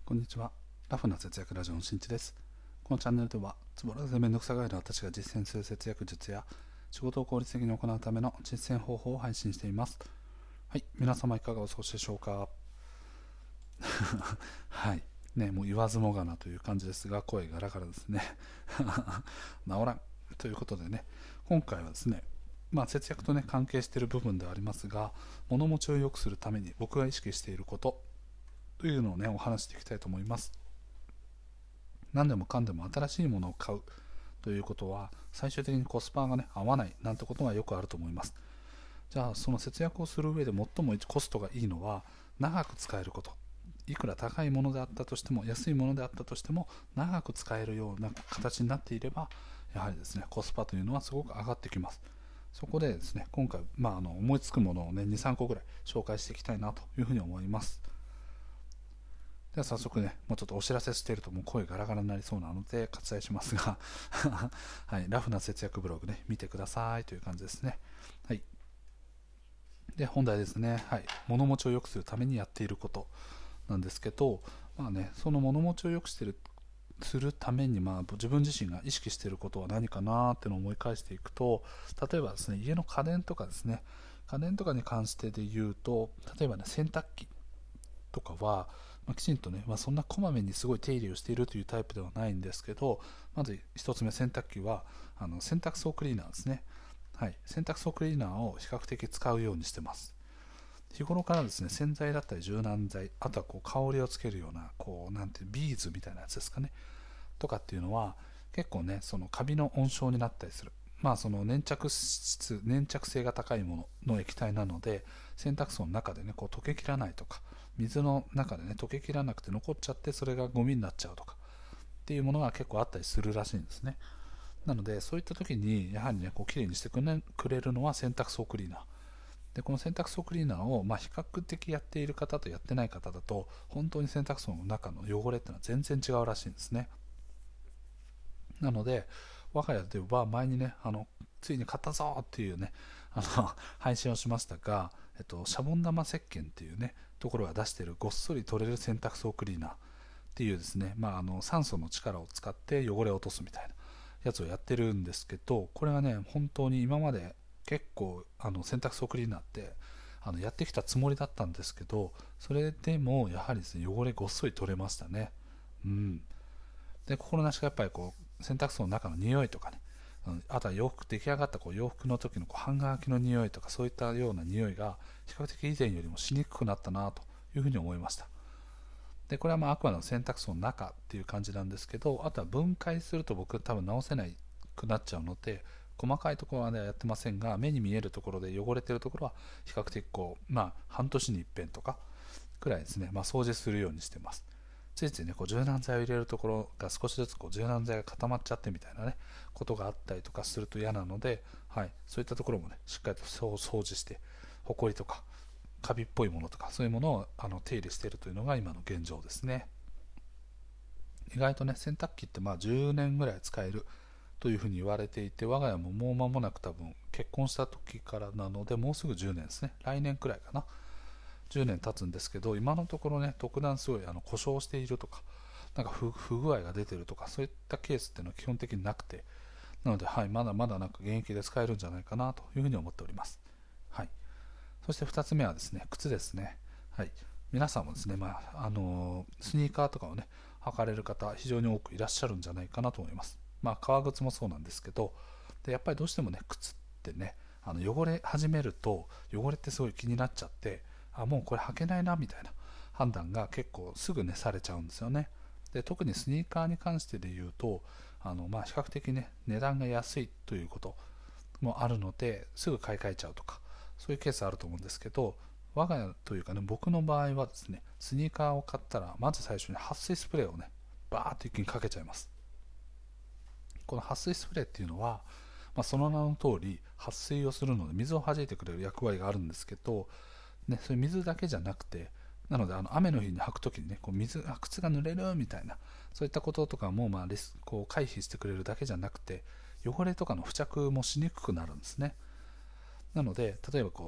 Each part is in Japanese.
こんにちは。ラフな節約ラジオのしんちです。このチャンネルでは、つぼらずめんどくさがいる私が実践する節約術や、仕事を効率的に行うための実践方法を配信しています。はい、皆様いかがお過ごしでしょうか。はい、ね、もう言わずもがなという感じですが、声ガラガラですね。治らん。ということでね、今回はですね、節約とね、関係している部分ではありますが、物持ちを良くするために僕が意識していることというのをね、お話していきたいと思います。何でもかんでも新しいものを買うということは最終的にコスパがね合わないなんてことがよくあると思います。じゃあその節約をする上で最もコストがいいのは長く使えること。いくら高いものであったとしても安いものであったとしても長く使えるような形になっていればやはりですねコスパというのはすごく上がってきます。そこでですね今回、思いつくものをね2、3個ぐらい紹介していきたいなというふうに思います。では早速ね、もうちょっとお知らせしているともう声ガラガラになりそうなので割愛しますがはい、ラフな節約ブログね、見てくださいという感じですね。はい。で、本題ですね。はい。物持ちを良くするためにやっていることなんですけど、その物持ちを良くするために、自分自身が意識していることは何かなっていうのを思い返していくと、例えばですね、家の家電とかですね、家電とかに関してで言うと、例えばね、洗濯機とかは、きちんとね、そんなこまめにすごい手入れをしているというタイプではないんですけど、まず1つ目、洗濯機は洗濯槽クリーナーですね。はい、洗濯槽クリーナーを比較的使うようにしてます。日頃からですね、洗剤だったり柔軟剤、あとは香りをつけるようななんてビーズみたいなやつですかね、とかっていうのは結構ね、そのカビの温床になったりする。その粘着性が高いものの液体なので洗濯槽の中でね溶けきらないとか、水の中でね溶けきらなくて残っちゃってそれがゴミになっちゃうとかっていうものが結構あったりするらしいんですね。なのでそういった時にやはりねきれいにしてくれるのは洗濯槽クリーナーで、この洗濯槽クリーナーを比較的やっている方とやってない方だと本当に洗濯槽の中の汚れっていうのは全然違うらしいんですね。なので我が家では前にねついに買ったぞっていうね配信をしましたが、シャボン玉石鹸っていうねところが出しているごっそり取れる洗濯槽クリーナーっていうですね、酸素の力を使って汚れを落とすみたいなやつをやってるんですけど、これはね本当に今まで結構洗濯槽クリーナーってやってきたつもりだったんですけど、それでもやはりですね汚れごっそり取れましたね。うん。で心なしかやっぱり洗濯槽の中の匂いとかね、あとは洋服出来上がった洋服の時のハンガー着の匂いとかそういったような匂いが比較的以前よりもしにくくなったなというふうに思いました。でこれはあくまでも洗濯槽の中っていう感じなんですけど、あとは分解すると僕多分直せないくなっちゃうので細かいところまではやってませんが、目に見えるところで汚れてるところは比較的半年に一遍とかくらいですね、掃除するようにしてます。ついついね柔軟剤を入れるところが少しずつ柔軟剤が固まっちゃってみたいなねことがあったりとかすると嫌なので、はい、そういったところもねしっかりと掃除してほこりとかカビっぽいものとかそういうものを手入れしているというのが今の現状ですね。意外とね洗濯機って10年ぐらい使えるというふうに言われていて、我が家ももう間もなく多分結婚した時からなのでもうすぐ10年ですね。来年くらいかな、10年経つんですけど、今のところね特段すごい故障しているとかなんか不具合が出てるとかそういったケースっていうのは基本的になくて、なので、はい、まだまだなんか現役で使えるんじゃないかなというふうに思っております。はい、そして2つ目はですね靴ですね。はい、皆さんもですね、スニーカーとかをね履かれる方非常に多くいらっしゃるんじゃないかなと思います。革靴もそうなんですけど、でやっぱりどうしてもね靴ってね汚れ始めると汚れってすごい気になっちゃって、もうこれ履けないなみたいな判断が結構すぐねされちゃうんですよね。で特にスニーカーに関してで言うと比較的ね値段が安いということもあるのですぐ買い替えちゃうとかそういうケースあると思うんですけど、我が家というかね僕の場合はですねスニーカーを買ったらまず最初に撥水スプレーをねバーッと一気にかけちゃいます。この撥水スプレーっていうのは、その名の通り撥水をするので水を弾いてくれる役割があるんですけど、ね、それ水だけじゃなくて、なので雨の日に履くときにね靴が濡れるみたいなそういったこととかも回避してくれるだけじゃなくて汚れとかの付着もしにくくなるんですね。なので例えば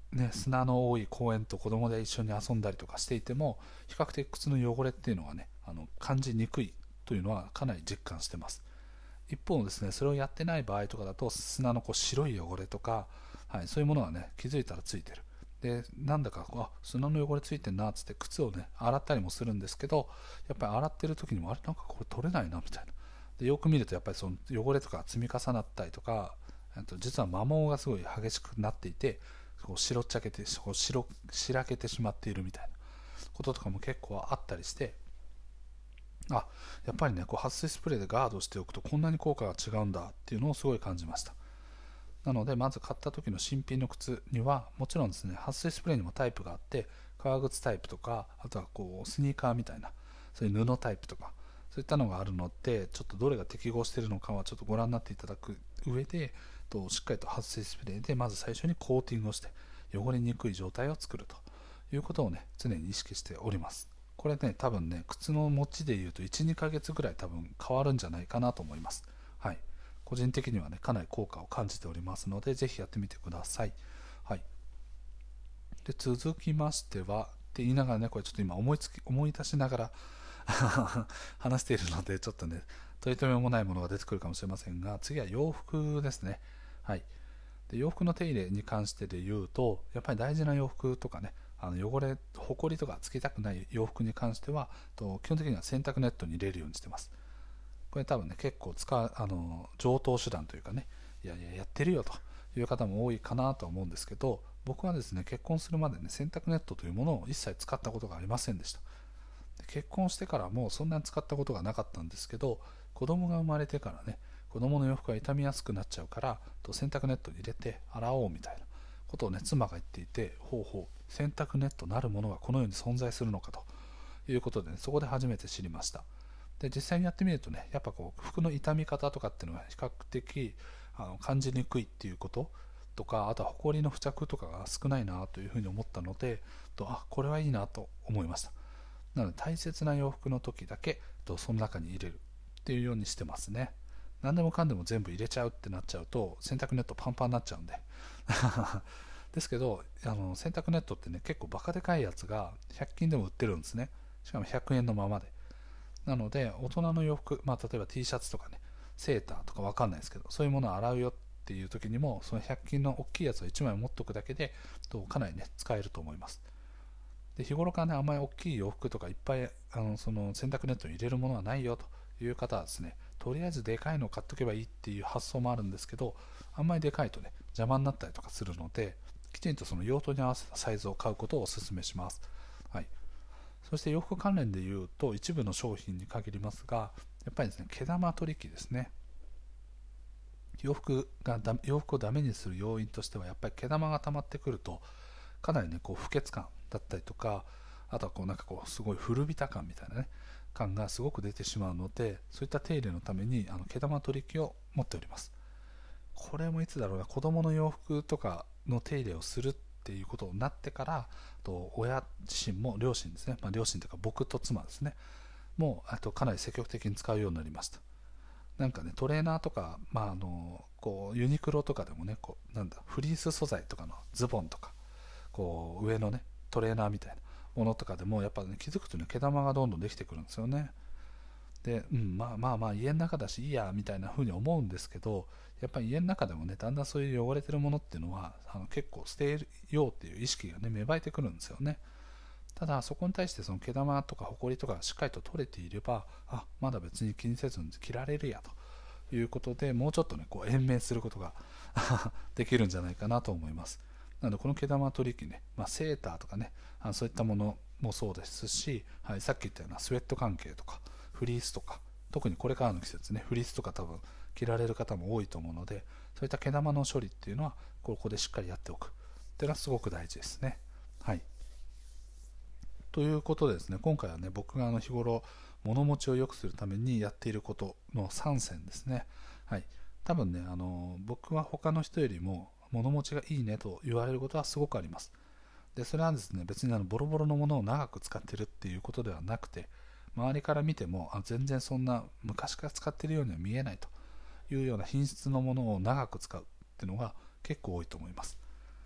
砂の多い公園と子供で一緒に遊んだりとかしていても、比較的靴の汚れっていうのはね、感じにくいというのはかなり実感してます。一方ですね、それをやってない場合とかだと、砂の白い汚れとか、そういうものがね、気づいたらついてる。で、なんだか砂の汚れついてんなっつって靴をね、洗ったりもするんですけど、やっぱり洗ってる時にも、あれなんかこれ取れないなみたいな。で、よく見るとやっぱりその汚れとか積み重なったりとか、実は摩耗がすごい激しくなっていて、白っちゃけて、しらけてしまっているみたいなこととかも結構あったりして、やっぱりね、撥水スプレーでガードしておくとこんなに効果が違うんだっていうのをすごい感じました。なので、まず買った時の新品の靴にはもちろんですね、撥水スプレーにもタイプがあって、革靴タイプとか、あとはスニーカーみたいな、そういう布タイプとか、そういったのがあるので、ちょっとどれが適合しているのかはちょっとご覧になっていただく上で、しっかりと撥水スプレーでまず最初にコーティングをして汚れにくい状態を作るということをね、常に意識しております。これね、多分ね、靴の持ちでいうと 1,2 ヶ月ぐらい多分変わるんじゃないかなと思います。はい。個人的にはね、かなり効果を感じておりますので、ぜひやってみてください。はい。で、続きましては、って言いながらね、これちょっと今思い出しながら話しているので、ちょっとね、取り留めもないものが出てくるかもしれませんが、次は洋服ですね。はい。で、洋服の手入れに関してで言うと、やっぱり大事な洋服とかね、汚れ、ほこりとかつけたくない洋服に関しては、基本的には洗濯ネットに入れるようにしてます。これ多分ね、結構常套手段というかね、いやいややってるよという方も多いかなとは思うんですけど、僕はですね、結婚するまでね、洗濯ネットというものを一切使ったことがありませんでした。で、結婚してからもそんなに使ったことがなかったんですけど、子供が生まれてからね、子供の洋服が傷みやすくなっちゃうから、洗濯ネットに入れて洗おうみたいなことをね、妻が言っていて、ほうほう、洗濯ネットなるものがこの世に存在するのかということで、ね、そこで初めて知りました。で、実際にやってみるとね、やっぱ服の傷み方とかっていうのが比較的感じにくいっていうこととか、あとはホコリの付着とかが少ないなというふうに思ったので、これはいいなと思いました。なので大切な洋服の時だけその中に入れるっていうようにしてますね。何でもかんでも全部入れちゃうってなっちゃうと洗濯ネットパンパンになっちゃうんでですけど、洗濯ネットってね、結構バカでかいやつが100均でも売ってるんですね。しかも100円のままで。なので大人の洋服、例えば T シャツとかね、セーターとかわかんないですけど、そういうものを洗うよっていう時にも、その100均の大きいやつを1枚持っておくだけでかなりね、使えると思います。で、日頃からね、あんまり大きい洋服とかいっぱいその洗濯ネットに入れるものはないよという方はですね、とりあえずでかいのを買っとけばいいっていう発想もあるんですけど、あんまりでかいとね、邪魔になったりとかするので、きちんとその用途に合わせたサイズを買うことをお勧めします。はい。そして洋服関連で言うと、一部の商品に限りますが、やっぱりですね、毛玉取り機ですね。洋服をダメにする要因としては、やっぱり毛玉が溜まってくると、かなりね、不潔感だったりとか、あとはすごい古びた感みたいなね、感がすごく出てしまうので、そういった手入れのために毛玉取り機を持っております。これもいつだろうな、子供の洋服とかの手入れをするっていうことになってから、親自身も両親ですね、両親というか僕と妻ですね、もうかなり積極的に使うようになりました。なんかね、トレーナーとか、ユニクロとかでもね、フリース素材とかのズボンとか、上のね、トレーナーみたいなものとかでも、やっぱね、気づくとね、毛玉がどんどんできてくるんですよね。で、家の中だしいいやみたいな風に思うんですけど、やっぱり家の中でもね、だんだんそういう汚れてるものっていうのは結構捨てようっていう意識がね、芽生えてくるんですよね。ただそこに対してその毛玉とかホコリとかがしっかりと取れていれば、まだ別に気にせずに着られるやということで、もうちょっとね、延命することができるんじゃないかなと思います。なのでこの毛玉取り機ね、セーターとかね、そういったものもそうですし、さっき言ったようなスウェット関係とかフリースとか、特にこれからの季節ね、フリースとか多分着られる方も多いと思うので、そういった毛玉の処理っていうのはここでしっかりやっておくっていうのはすごく大事ですね。はい。ということでですね、今回はね、僕が日頃物持ちを良くするためにやっていることの3選ですね。はい。多分ね、僕は他の人よりも物持ちがいいねと言われることはすごくあります。で、それはですね、別にボロボロのものを長く使ってるっていうことではなくて、周りから見ても全然そんな昔から使ってるようには見えないというような品質のものを長く使うっていうのが結構多いと思います。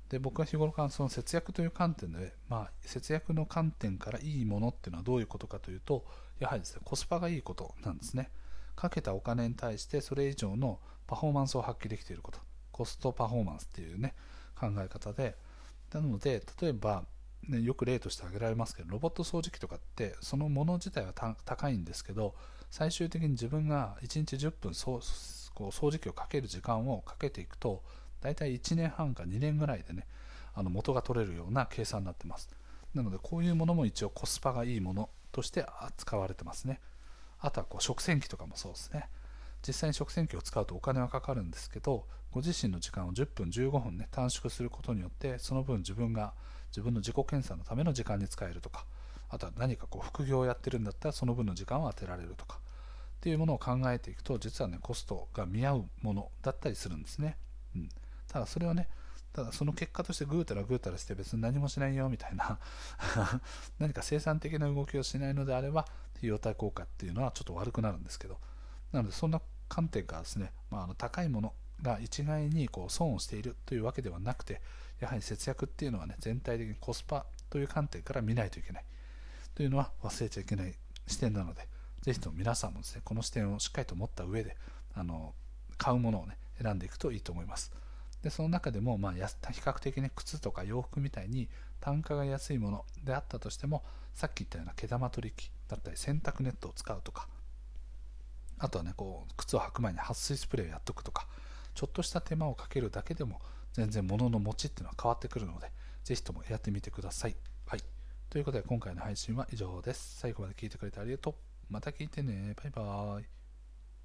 で、僕は日頃からその節約という観点で、節約の観点からいいものっていうのはどういうことかというと、やはりですね、コスパがいいことなんですね。かけたお金に対してそれ以上のパフォーマンスを発揮できていること、コストパフォーマンスっていうね、考え方で、なので、例えば、よく例として挙げられますけど、ロボット掃除機とかってそのもの自体は高いんですけど、最終的に自分が1日10分掃除機をかける時間をかけていくと、だいたい1年半か2年ぐらいでね、元が取れるような計算になってます。なのでこういうものも一応コスパがいいものとして扱われてますね。あとは食洗機とかもそうですね。実際に食洗機を使うとお金はかかるんですけど、ご自身の時間を10分15分ね短縮することによって、その分自分の自己検査のための時間に使えるとか、あとは何か副業をやってるんだったらその分の時間を当てられるとかっていうものを考えていくと、実はねコストが見合うものだったりするんですね。ただそれはね、その結果としてぐうたらぐうたらして別に何もしないよみたいな何か生産的な動きをしないのであれば、費用対効果っていうのはちょっと悪くなるんですけど、なのでそんな観点からですね、高いものが一概に損をしているというわけではなくて、やはり節約っていうのはね、全体的にコスパという観点から見ないといけないというのは忘れちゃいけない視点なので、ぜひとも皆さんもですね、この視点をしっかりと持った上で買うものをね選んでいくといいと思います。でその中でも、比較的ね、靴とか洋服みたいに単価が安いものであったとしても、さっき言ったような毛玉取り機だったり洗濯ネットを使うとか、あとはね靴を履く前に撥水スプレーをやっとくとか、ちょっとした手間をかけるだけでも全然物の持ちっていうのは変わってくるので、ぜひともやってみてください。はい、ということで今回の配信は以上です。最後まで聞いてくれてありがとう。また聞いてね。バイバーイ。